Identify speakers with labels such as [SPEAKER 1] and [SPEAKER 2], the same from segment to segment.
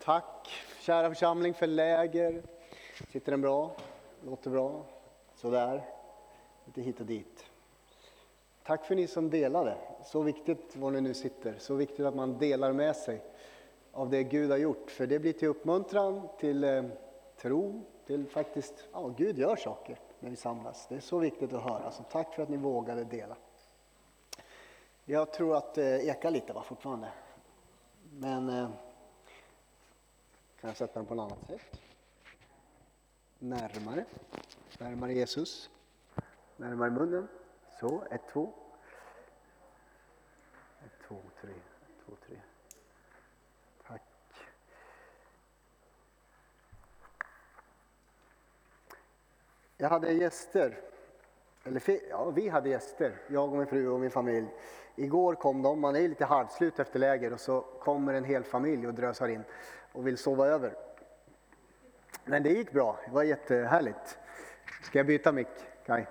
[SPEAKER 1] Tack, kära församling, för läger. Sitter den bra? Låter bra? Sådär. Lite hit och dit. Tack för ni som delade. Så viktigt var ni nu sitter. Så viktigt att man delar med sig av det Gud har gjort. För det blir till uppmuntran, till tro, till faktiskt, Gud gör saker när vi samlas. Det är så viktigt att höra. Så tack för att ni vågade dela. Jag tror att det ekar lite fortfarande. Men kan jag sätta den på något annat sätt? Närmare Jesus. Närmare munnen. Så, 1, 2. 1, 2, 3. 1, 2, 3. Tack. Jag hade gäster. Vi hade gäster. Jag och min fru och min familj. Igår kom de, man är lite halvslut efter läger och så kommer en hel familj och drösar in och vill sova över. Men det gick bra, det var jättehärligt. Ska jag byta mick, Kai?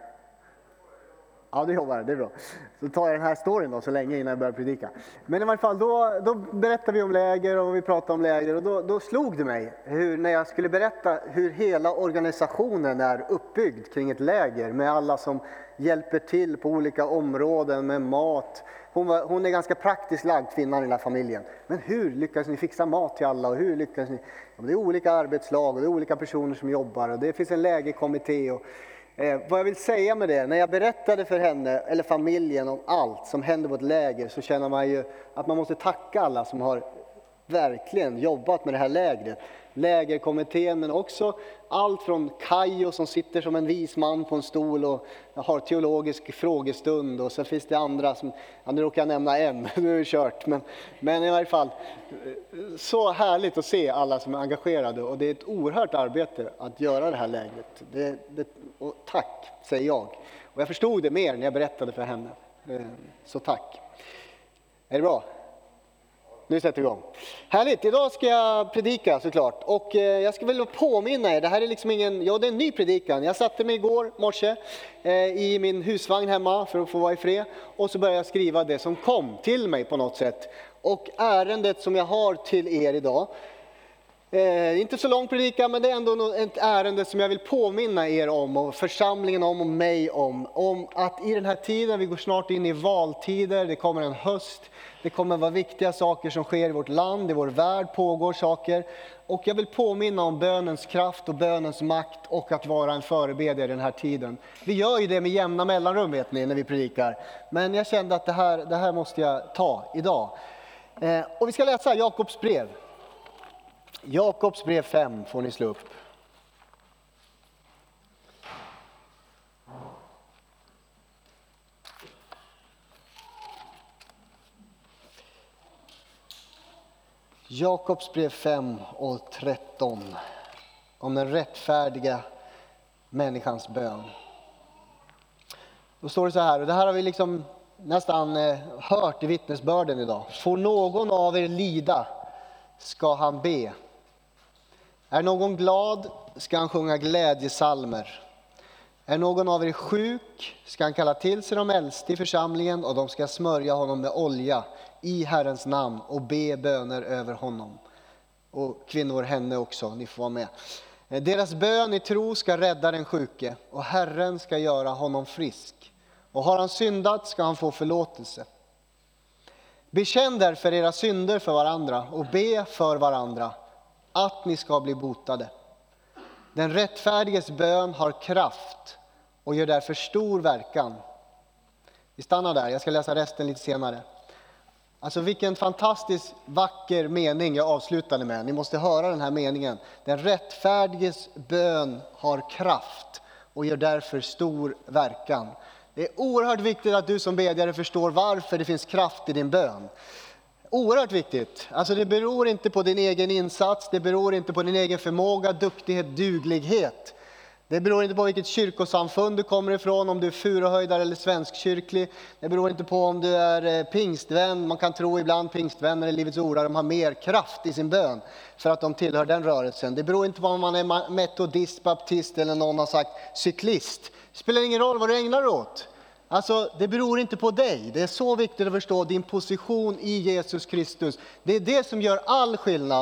[SPEAKER 1] Ja, det jobbar, det är bra. Så tar jag den här storyn då så länge innan jag börjar predika. Men i alla fall, då berättade vi om läger och vi pratade om läger. Och då slog det mig, när jag skulle berätta hur hela organisationen är uppbyggd kring ett läger. Med alla som hjälper till på olika områden med mat. Hon är ganska praktiskt lagd, kvinnan i den här familjen. Men hur lyckas ni fixa mat till alla? Och hur lyckas ni? Ja, det är olika arbetslag och det är olika personer som jobbar. Och det finns en lägerkommitté och... vad jag vill säga med det, när jag berättade för henne eller familjen om allt som händer på ett läger, så känner man ju att man måste tacka alla som har verkligen jobbat med det här lägret. Lägerkommittén, men också allt från Kajo som sitter som en vis man på en stol och har teologisk frågestund, och så finns det andra som, nu råkar jag nämna en, nu är det kört, men i varje fall så härligt att se alla som är engagerade, och det är ett oerhört arbete att göra det här lägret. Och tack, säger jag. Och jag förstod det mer när jag berättade för henne. Så tack. Är det bra? Nu sätter vi igång. Härligt, idag ska jag predika såklart. Och jag ska väl påminna er, det här är liksom det är en ny predikan. Jag satte mig igår morse i min husvagn hemma för att få vara i fred. Och så började jag skriva det som kom till mig på något sätt. Och ärendet som jag har till er idag, inte så lång predikan, men det är ändå ett ärende som jag vill påminna er om och församlingen om och mig om att i den här tiden, vi går snart in i valtider, det kommer en höst, det kommer vara viktiga saker som sker i vårt land, i vår värld pågår saker, och jag vill påminna om bönens kraft och bönens makt och att vara en förebedjare i den här tiden. Vi gör ju det med jämna mellanrum, vet ni, när vi predikar, men jag kände att det här måste jag ta idag. Och vi ska läsa Jakobs brev. Jakobs brev 5 får ni slå upp. Jakobs brev 5 och 13. Om den rättfärdiga människans bön. Då står det så här, och det här har vi liksom nästan hört i vittnesbörden idag. Får någon av er lida, ska han be. Är någon glad, ska han sjunga glädjesalmer. Är någon av er sjuk, ska han kalla till sig de äldste i församlingen, och de ska smörja honom med olja i Herrens namn och be böner över honom. Och kvinnor, henne också, ni får vara med. Deras bön i tro ska rädda den sjuke, och Herren ska göra honom frisk. Och har han syndat, ska han få förlåtelse. Bekänn därför era synder för varandra och be för varandra, att ni ska bli botade. Den rättfärdiges bön har kraft och gör därför stor verkan. Vi stannar där, jag ska läsa resten lite senare. Alltså vilken fantastisk vacker mening jag avslutade med. Ni måste höra den här meningen. Den rättfärdiges bön har kraft och gör därför stor verkan. Det är oerhört viktigt att du som bedjare förstår varför det finns kraft i din bön. Oerhört viktigt. Alltså det beror inte på din egen insats, det beror inte på din egen förmåga, duktighet, duglighet. Det beror inte på vilket kyrkosamfund du kommer ifrån, om du är furuhöjdare eller svenskkyrklig. Det beror inte på om du är pingstvän. Man kan tro ibland pingstvänner i Livets Ord, de har mer kraft i sin bön för att de tillhör den rörelsen. Det beror inte på om man är metodist, baptist eller någon har sagt cyklist. Det spelar ingen roll vad du ägnar dig åt. Alltså det beror inte på dig. Det är så viktigt att förstå din position i Jesus Kristus. Det är det som gör all skillnad.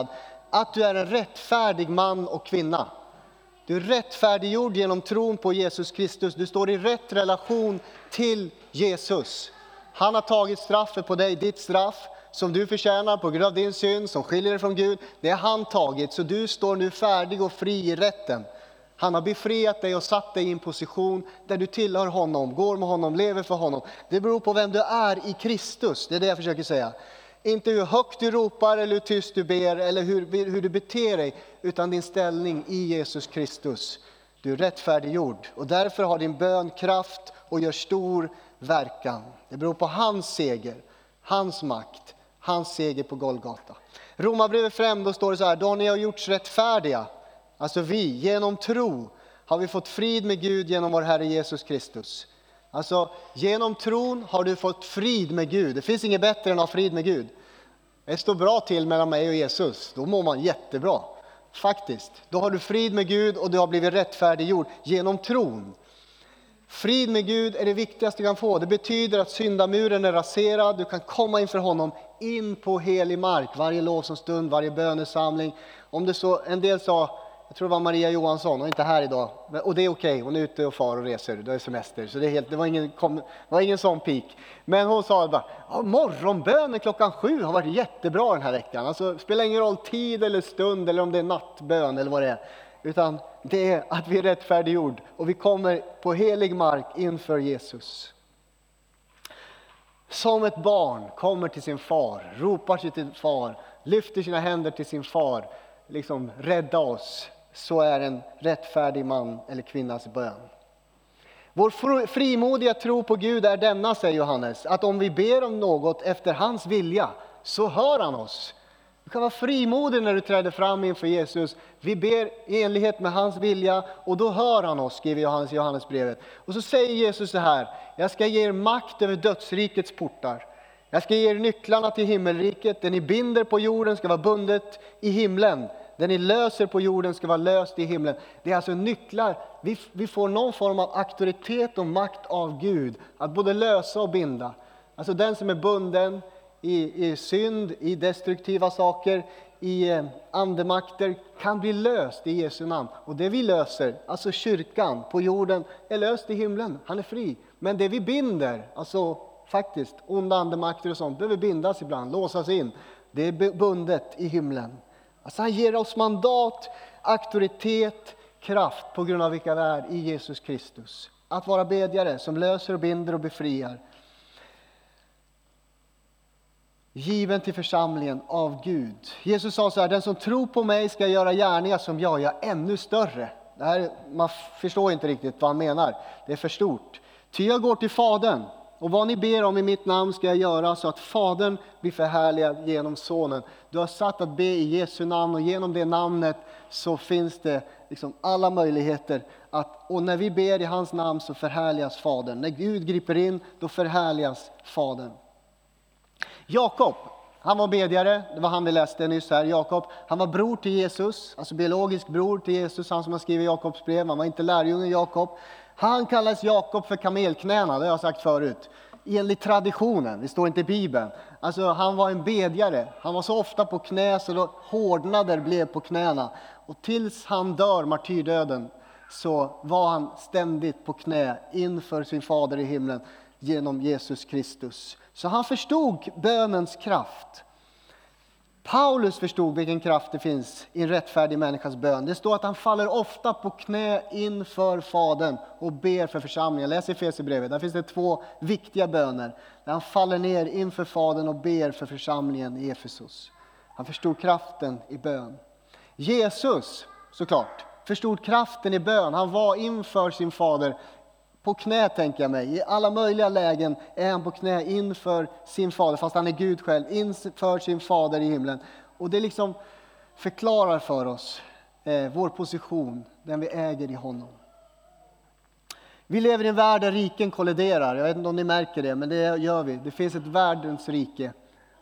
[SPEAKER 1] att du är en rättfärdig man och kvinna. Du är rättfärdiggjord genom tron på Jesus Kristus. Du står i rätt relation till Jesus. Han har tagit straffet på dig, ditt straff som du förtjänar på grund av din synd som skiljer dig från Gud. Det har han tagit, så du står nu färdig och fri i rätten. Han har befriat dig och satt dig i en position där du tillhör honom, går med honom, lever för honom. Det beror på vem du är i Kristus, det är det jag försöker säga. Inte hur högt du ropar eller hur tyst du ber eller hur du beter dig, utan din ställning i Jesus Kristus. Du är rättfärdiggjord och därför har din bön kraft och gör stor verkan. Det beror på hans seger, hans makt, hans seger på Golgata. Romarbrevet 5, då står det så här: då ni har gjorts rättfärdiga, alltså vi, genom tro har vi fått frid med Gud genom vår Herre Jesus Kristus. Alltså genom tron har du fått frid med Gud. Det finns inget bättre än att ha frid med Gud. Det står bra till mellan mig och Jesus. Då mår man jättebra. Faktiskt. Då har du frid med Gud och du har blivit rättfärdiggjord genom tron. Frid med Gud är det viktigaste du kan få. Det betyder att syndamuren är raserad. Du kan komma inför honom in på helig mark. Varje lovsångsstund, varje bönesamling. Om det så, en del sa, jag tror det var Maria Johansson, hon är inte här idag. Och det är okej, hon är ute och far och reser, det är semester. Så det var ingen sån peak. Men hon sa bara, morgonbönen 7 har varit jättebra den här veckan. Alltså spelar ingen roll tid eller stund eller om det är nattbön eller vad det är. Utan det är att vi är rättfärdiggjord och vi kommer på helig mark inför Jesus. Som ett barn kommer till sin far, ropar till sin far, lyfter sina händer till sin far, liksom rädda oss. Så är en rättfärdig man eller kvinnas bön. Vår frimodiga tro på Gud är denna, säger Johannes, att om vi ber om något efter hans vilja så hör han oss. Du kan vara frimodig när du träder fram inför Jesus. Vi ber i enlighet med hans vilja och då hör han oss, skriver Johannes i Johannesbrevet. Och så säger Jesus så här: jag ska ge er makt över dödsrikets portar. Jag ska ge er nycklarna till himmelriket. Det ni binder på jorden ska vara bundet i himlen. Det ni löser på jorden ska vara löst i himlen. Det är alltså nycklar. Vi får någon form av auktoritet och makt av Gud att både lösa och binda. Alltså den som är bunden i synd, i destruktiva saker, i andemakter kan bli löst i Jesu namn. Och det vi löser, alltså kyrkan på jorden, är löst i himlen. Han är fri. Men det vi binder, alltså faktiskt onda andemakter och sånt, behöver bindas ibland, låsas in. Det är bundet i himlen. Alltså han ger oss mandat, auktoritet, kraft på grund av vilka vi är i Jesus Kristus. Att vara bedjare som löser och binder och befriar. Given till församlingen av Gud. Jesus sa så här: den som tror på mig ska göra gärningar som jag gör, ännu större. Det här, man förstår inte riktigt vad han menar. Det är för stort. Ty jag går till Fadern. Och vad ni ber om i mitt namn ska jag göra, så att Fadern blir förhärligad genom Sonen. Du har satt att be i Jesu namn, och genom det namnet så finns det liksom alla möjligheter och när vi ber i hans namn så förhärligas Fadern. När Gud griper in, då förhärligas Fadern. Jakob, han var bedjare, det var han vi läste nyss här. Jakob, han var bror till Jesus, alltså biologisk bror till Jesus, han som har skrivit Jakobs brev. Han var inte lärjungen Jakob. Han kallas Jakob för kamelknäna, det har jag sagt förut. Enligt traditionen, det står inte i Bibeln. Alltså han var en bedjare. Han var så ofta på knä så då hårdnader blev på knäna. Och tills han dör martyrdöden så var han ständigt på knä inför sin fader i himlen genom Jesus Kristus. Så han förstod bönens kraft. Paulus förstod vilken kraft det finns i en rättfärdig människas bön. Det står att han faller ofta på knä inför Fadern och ber för församlingen. Läs Efesierbrevet, där finns det 2 viktiga böner. Där han faller ner inför Fadern och ber för församlingen i Efesos. Han förstod kraften i bön. Jesus, såklart, förstod kraften i bön. Han var inför sin fader på knä, tänker jag mig. I alla möjliga lägen är han på knä inför sin fader, fast han är Gud själv, inför sin fader i himlen. Och det liksom förklarar för oss vår position, den vi äger i honom. Vi lever i en värld där riken kolliderar. Jag vet inte om ni märker det, men det gör vi. Det finns ett världens rike.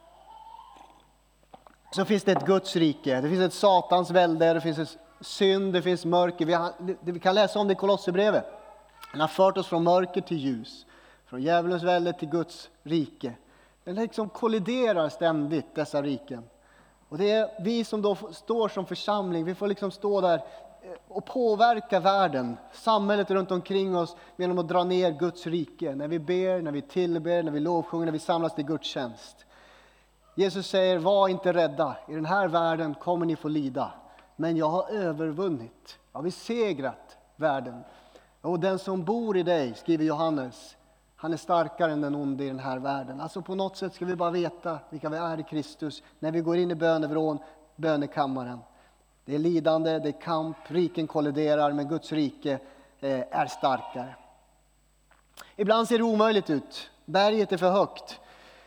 [SPEAKER 1] Så finns det ett Guds rike. Det finns ett Satans välde, det finns ett synd, det finns mörker. Vi kan läsa om det i Kolosserbrevet. Han har fört oss från mörker till ljus. Från djävulens välde till Guds rike. Den liksom kolliderar ständigt, dessa riken. Och det är vi som då står som församling, vi får liksom stå där och påverka världen, samhället runt omkring oss genom att dra ner Guds rike. När vi ber, när vi tillber, när vi lovsjunger, när vi samlas till gudstjänst. Jesus säger, var inte rädda, i den här världen kommer ni få lida. Men jag har övervunnit, jag har besegrat världen. Och den som bor i dig, skriver Johannes, han är starkare än den onde i den här världen. Alltså på något sätt ska vi bara veta vilka vi är i Kristus när vi går in i bönevrån, bönekammaren. Det är lidande, det är kamp, riken kolliderar, men Guds rike är starkare. Ibland ser det omöjligt ut. Berget är för högt.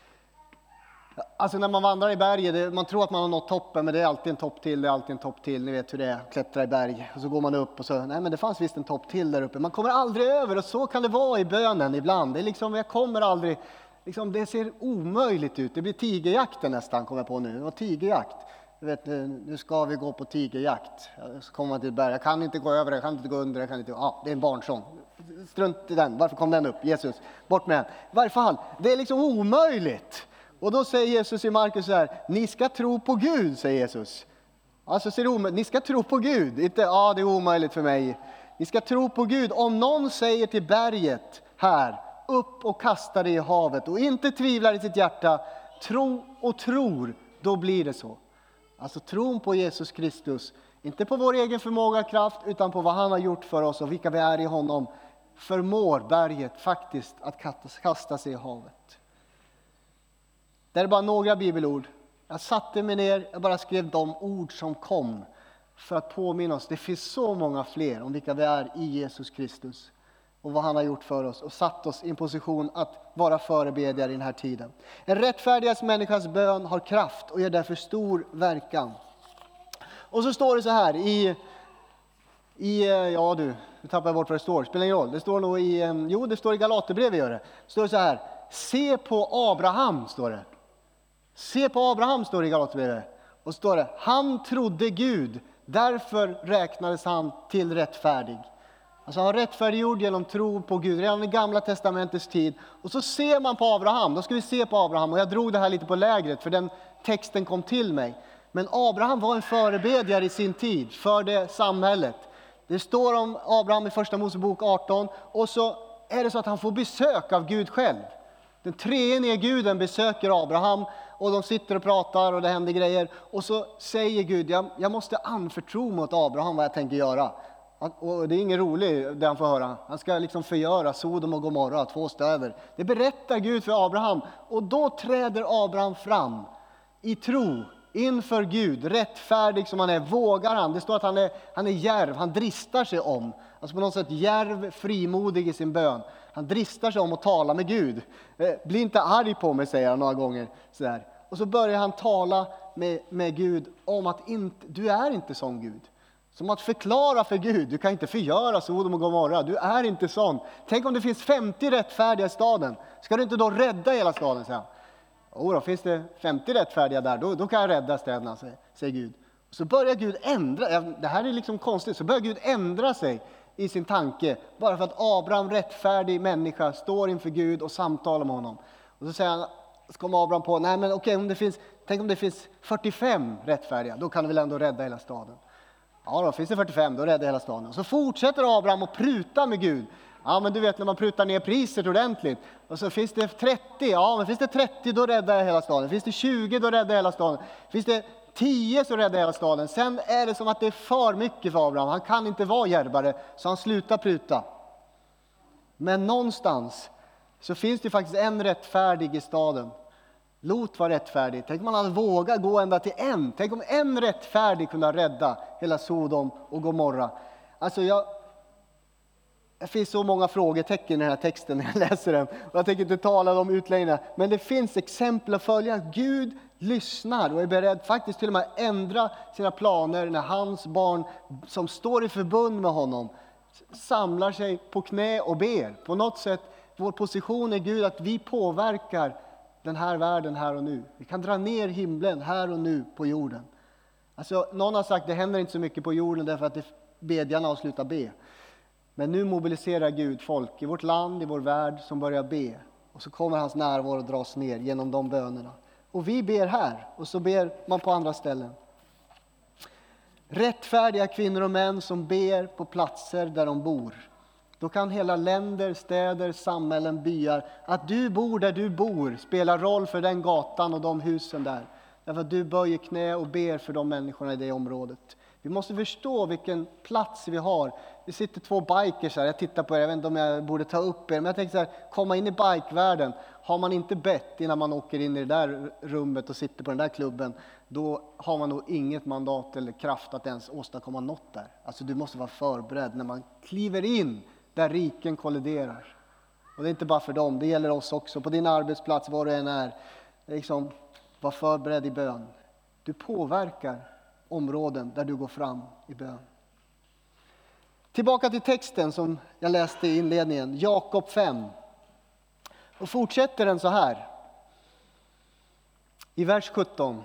[SPEAKER 1] Alltså när man vandrar i berget, man tror att man har nått toppen, men det är alltid en topp till, det är alltid en topp till. Ni vet hur det är, klättra i berg. Och så går man upp och så, nej men det fanns visst en topp till där uppe. Man kommer aldrig över, och så kan det vara i bönen ibland. Det är liksom, jag kommer aldrig, liksom, det ser omöjligt ut. Det blir tigerjakten nästan, kommer jag på nu. Det var tigerjakt. Du vet, nu ska vi gå på tigerjakt. Så kommer man till ett berg, jag kan inte gå över, jag kan inte gå under, jag kan inte, det är en barnsång. Strunt i den, varför kom den upp? Jesus, bort med den. I varje fall, det är liksom omöjligt. Och då säger Jesus i Markus så här, ni ska tro på Gud, säger Jesus. Alltså ser det omöjligt, ni ska tro på Gud. Inte, det är omöjligt för mig. Ni ska tro på Gud. Om någon säger till berget här, upp och kasta det i havet och inte tvivlar i sitt hjärta, tro och tror, då blir det så. Alltså tron på Jesus Kristus, inte på vår egen förmåga och kraft, utan på vad han har gjort för oss och vilka vi är i honom, förmår berget faktiskt att kasta sig i havet. Det är bara några bibelord. Jag satte mig ner, jag bara skrev de ord som kom för att påminna oss. Det finns så många fler om vilka vi är i Jesus Kristus och vad han har gjort för oss och satt oss i en position att vara förebedjare i den här tiden. En rättfärdigas människas bön har kraft och gör därför stor verkan. Och så står det så här nu tappar jag bort vad det står. Spelar ingen roll. Det står nog det står i Galaterbrevet gör det. Det står så här: se på Abraham, står det. Se på Abraham, står det i Galaterbrevet. Och står det, han trodde Gud, därför räknades han till rättfärdig. Alltså han rättfärdiggjord genom tro på Gud redan i gamla testamentets tid. Och så ser man på Abraham, då ska vi se på Abraham. Och jag drog det här lite på lägret för den texten kom till mig. Men Abraham var en förebedjare i sin tid för det samhället. Det står om Abraham i första Mosebok 18. Och så är det så att han får besök av Gud själv. Den treenige guden besöker Abraham och de sitter och pratar och det händer grejer. Och så säger Gud, jag måste anförtro mot Abraham vad jag tänker göra. Och det är ingen rolig det han får höra. Han ska liksom förgöra Sodom och Gomorra, 2 städer. Det berättar Gud för Abraham. Och då träder Abraham fram i tro inför Gud, rättfärdig som han är, vågar han. Det står att han är djärv, han dristar sig om. Alltså på något sätt djärv, frimodig i sin bön. Han dristar sig om att tala med Gud. Bli inte arg på mig, säger han några gånger. Sådär. Och så börjar han tala med Gud om att du är inte sån Gud. Som att förklara för Gud, du kan inte förgöra Sodom och Gomorra, du är inte sån. Tänk om det finns 50 rättfärdiga i staden. Ska du inte då rädda hela staden, säger han. Då finns det 50 rättfärdiga där, då kan jag rädda städerna, säger Gud. Och så börjar Gud ändra, det här är liksom konstigt, så börjar Gud ändra sig i sin tanke. Bara för att Abraham, rättfärdig människa, står inför Gud och samtalar med honom. Och så säger han, så kommer Abraham på, nej men okej, tänk om det finns 45 rättfärdiga, då kan du väl ändå rädda hela staden. Ja, då finns det 45, då räddar hela staden. Och så fortsätter Abraham att pruta med Gud. Ja, men du vet när man prutar ner priset ordentligt. Och så finns det 30, ja men finns det 30 då räddar jag hela staden. Finns det 20 då räddar jag hela staden. Finns det 10 så räddar jag hela staden. Sen är det som att det är för mycket för Abraham. Han kan inte vara djärvare, så han slutar pruta. Men någonstans så finns det faktiskt en rättfärdig i staden. Lot var rättfärdig. Tänk om man hade vågat gå ända till en. Tänk om en rättfärdig kunde rädda hela Sodom och Gomorra. Alltså det finns så många frågetecken i den här texten när jag läser den. Och jag tänker inte tala om utläggningarna. Men det finns exempel att följa. Gud lyssnar och är beredd faktiskt till och med att ändra sina planer när hans barn som står i förbund med honom samlar sig på knä och ber. På något sätt, vår position är Gud att vi påverkar den här världen här och nu. Vi kan dra ner himlen här och nu på jorden. Alltså, någon har sagt att det händer inte så mycket på jorden därför att bedjarna har slutat be. Men nu mobiliserar Gud folk i vårt land, i vår värld som börjar be. Och så kommer hans närvaro att dras ner genom de bönerna. Och vi ber här, och så ber man på andra ställen. Rättfärdiga kvinnor och män som ber på platser där de bor. Då kan hela länder, städer, samhällen, byar, att du bor där du bor spelar roll för den gatan och de husen där. Därför att du böjer knä och ber för de människorna i det området. Vi måste förstå vilken plats vi har. Det sitter 2 bikers här, jag tittar på er, jag vet inte om jag borde ta upp er. Men jag tänkte så här, komma in i bikevärlden. Har man inte bett innan man åker in i det där rummet och sitter på den där klubben, då har man nog inget mandat eller kraft att ens åstadkomma något där. Alltså du måste vara förberedd när man kliver in där riken kolliderar. Och det är inte bara för dem, det gäller oss också. På din arbetsplats, var du än är, liksom, var förberedd i bön. Du påverkar områden där du går fram i bön. Tillbaka till texten som jag läste i inledningen, Jakob 5. Och fortsätter den så här. I vers 17.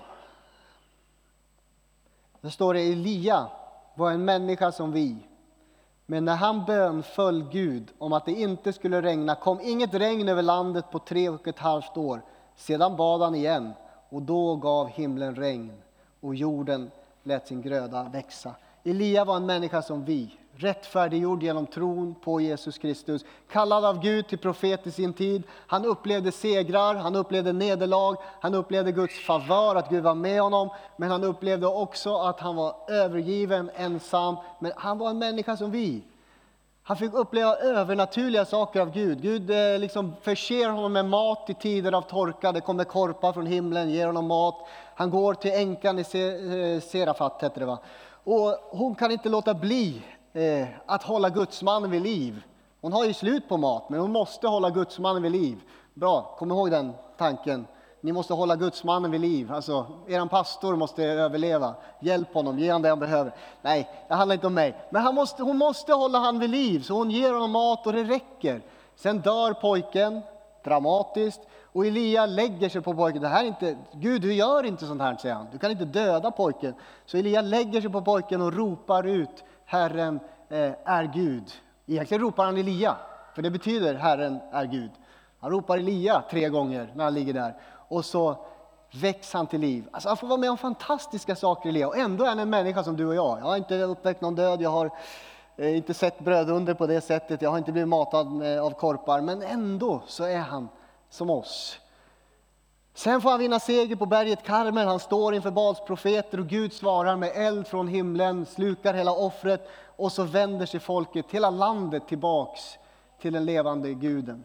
[SPEAKER 1] Där står det: Elia var en människa som vi. Men när han bönföll Gud om att det inte skulle regna, kom inget regn över landet på 3,5 år. Sedan bad han igen, och då gav himlen regn, och jorden lät sin gröda växa. Elia var en människa som vi, rättfärdiggjord genom tron på Jesus Kristus, kallad av Gud till profet i sin tid. Han upplevde segrar, han upplevde nederlag, han upplevde Guds favör, att Gud var med honom. Men han upplevde också att han var övergiven, ensam. Men han var en människa som vi. Han fick uppleva övernaturliga saker av Gud. Gud liksom förser honom med mat i tider av torka. Det kommer korpar från himlen, ger honom mat. Han går till änkan i Serafat, heter det va. Och hon kan inte låta bli att hålla Gudsmannen vid liv. Hon har ju slut på mat, men hon måste hålla Gudsmannen vid liv. Bra, kom ihåg den tanken. Ni måste hålla Gudsmannen vid liv. Alltså, eran pastor måste överleva. Hjälp honom, ge honom det han behöver. Nej, det handlar inte om mig. Men hon måste hålla han vid liv, så hon ger honom mat och det räcker. Sen dör pojken, dramatiskt. Och Elia lägger sig på pojken. Det här är inte, Gud, du gör inte sånt här, säger han. Du kan inte döda pojken. Så Elia lägger sig på pojken och ropar ut: Herren är Gud. Egentligen ropar han Elia, för det betyder Herren är Gud. Han ropar Elia 3 gånger när han ligger där. Och så väcks han till liv. Alltså han får vara med om fantastiska saker i Elia. Och ändå är han en människa som du och jag. Jag har inte uppväckt någon död. Jag har inte sett brödunder på det sättet. Jag har inte blivit matad av korpar. Men ändå så är han som oss. Sen får han vinna seger på berget Karmel. Han står inför Baals profeter och Gud svarar med eld från himlen, slukar hela offret, och så vänder sig folket, hela landet, tillbaks till den levande guden.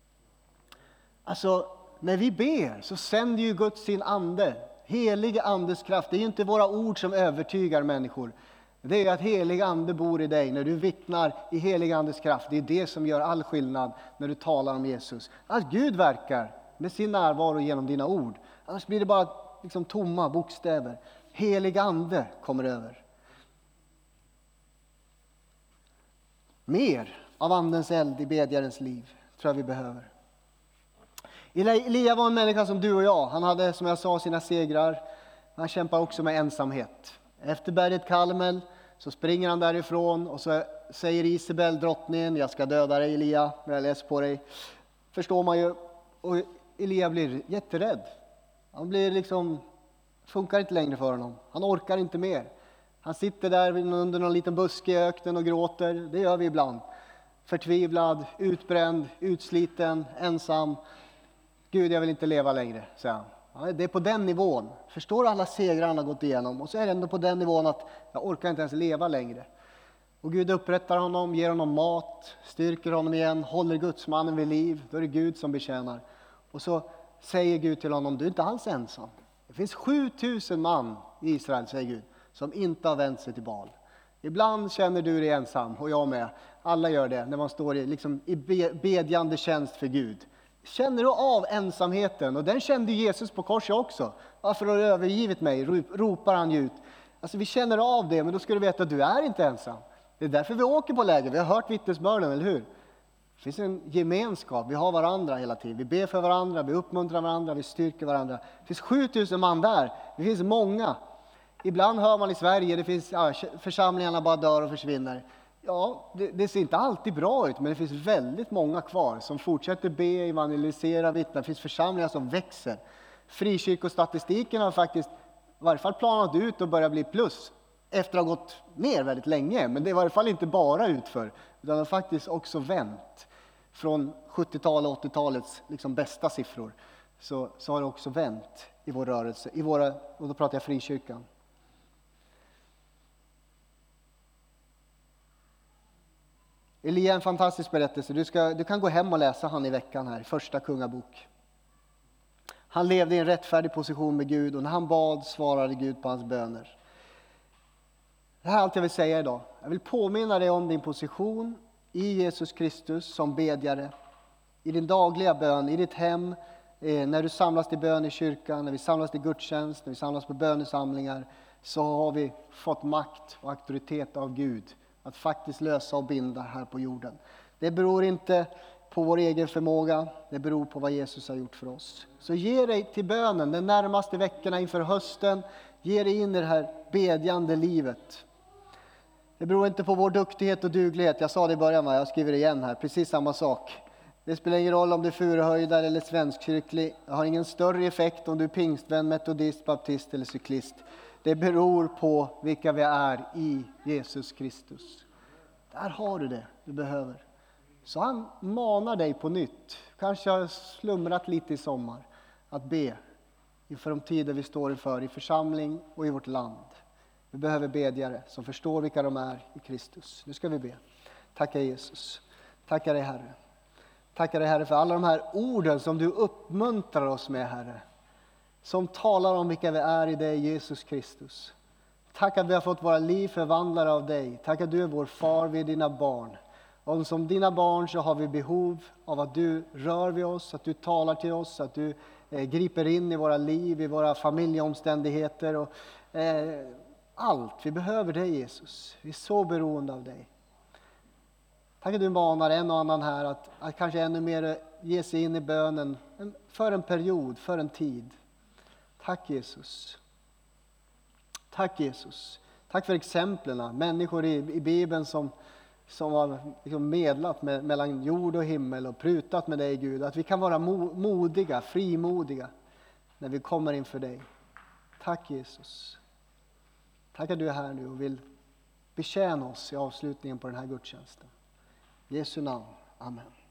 [SPEAKER 1] Alltså, när vi ber så sänder ju Gud sin ande, helig andes kraft. Det är ju inte våra ord som övertygar människor. Det är att helig ande bor i dig när du vittnar i helig andes kraft. Det är det som gör all skillnad när du talar om Jesus. Att Gud verkar med sin närvaro genom dina ord. Annars blir det bara liksom tomma bokstäver. Helig ande kommer över. Mer av andens eld i bedjarens liv tror jag vi behöver. Elia var en människa som du och jag. Han hade, som jag sa, sina segrar. Han kämpar också med ensamhet. Efter berget Karmel så springer han därifrån och så säger Isabel, drottningen: jag ska döda dig, Elia, men jag läser på dig. Förstår man ju. Och Elia blir jätterädd. Han blir liksom, funkar inte längre för honom. Han orkar inte mer. Han sitter där under någon liten buske i öknen och gråter. Det gör vi ibland. Förtvivlad, utbränd, utsliten, ensam. Gud, jag vill inte leva längre, säger han. Ja, det är på den nivån. Förstår alla segrar han har gått igenom. Och så är det ändå på den nivån att jag orkar inte ens leva längre. Och Gud upprättar honom, ger honom mat, styrker honom igen, håller Gudsmannen vid liv. Då är det Gud som betjänar. Och så säger Gud till honom: du är inte alls ensam. Det finns 7000 man i Israel, säger Gud, som inte har vänt sig till Baal. Ibland känner du dig ensam, och jag med. Alla gör det när man står i bedjande tjänst för Gud. Känner du av ensamheten? Och den kände Jesus på korset också. Varför har du övergivit mig? Ropar han ut. Alltså vi känner av det, men då ska du veta att du är inte ensam. Det är därför vi åker på läger. Vi har hört vittnesbörden, eller hur? Det finns en gemenskap. Vi har varandra hela tiden. Vi ber för varandra, vi uppmuntrar varandra, vi styrker varandra. Det finns 7000 man där. Det finns många. Ibland hör man i Sverige, det finns församlingarna bara dör och försvinner. Ja, det ser inte alltid bra ut, men det finns väldigt många kvar som fortsätter be, evangelisera, vittna. Det finns församlingar som växer. frikyrkostatistiken har faktiskt i varje fall planat ut och börjat bli plus. Efter att ha gått ner väldigt länge, men det är i varje fall inte bara utför, utan det har faktiskt också vänt. Från 70-talet och 80-talets liksom bästa siffror så har det också vänt i vår rörelse, och då pratar jag frikyrkan. Elia är en fantastisk berättelse. Du kan gå hem och läsa han i veckan här, första kungabok. Han levde i en rättfärdig position med Gud och när han bad svarade Gud på hans böner. Det här är allt jag vill säga idag. Jag vill påminna dig om din position i Jesus Kristus som bedjare. I din dagliga bön, i ditt hem, när du samlas till bön i kyrkan, när vi samlas till gudstjänst, när vi samlas på bönesamlingar, så har vi fått makt och auktoritet av Gud att faktiskt lösa och binda här på jorden. Det beror inte på vår egen förmåga, det beror på vad Jesus har gjort för oss. Så ge dig till bönen de närmaste veckorna inför hösten. Ge dig in i det här bedjande livet. Det beror inte på vår duktighet och duglighet. Jag sa det i början, jag skriver det igen här, precis samma sak. Det spelar ingen roll om du är furahöjdare eller svenskkyrklig. Det har ingen större effekt om du är pingstvän, metodist, baptist eller cyklist. Det beror på vilka vi är i Jesus Kristus. Där har du det du behöver. Så han manar dig på nytt. Kanske har slumrat lite i sommar. Att be inför de tider vi står inför i församling och i vårt land. Vi behöver bedjare som förstår vilka de är i Kristus. Nu ska vi be. Tackar Jesus. Tackar dig Herre. Tackar dig Herre för alla de här orden som du uppmuntrar oss med Herre. Som talar om vilka vi är i dig Jesus Kristus. Tack att vi har fått våra liv förvandlade av dig. Tack att du är vår far, vi är dina barn. Och som dina barn så har vi behov av att du rör vid oss, att du talar till oss, att du griper in i våra liv, i våra familjeomständigheter och allt. Vi behöver dig Jesus. Vi är så beroende av dig. Tack att du manar en och annan här att kanske ännu mer ge sig in i bönen för en period, för en tid. Tack Jesus. Tack Jesus. Tack för exemplen. Människor i Bibeln som har liksom medlat mellan jord och himmel och prutat med dig Gud. Att vi kan vara modiga, frimodiga när vi kommer inför dig. Tack Jesus. Tack att du är här nu och vill betjäna oss i avslutningen på den här gudstjänsten. I Jesu namn. Amen.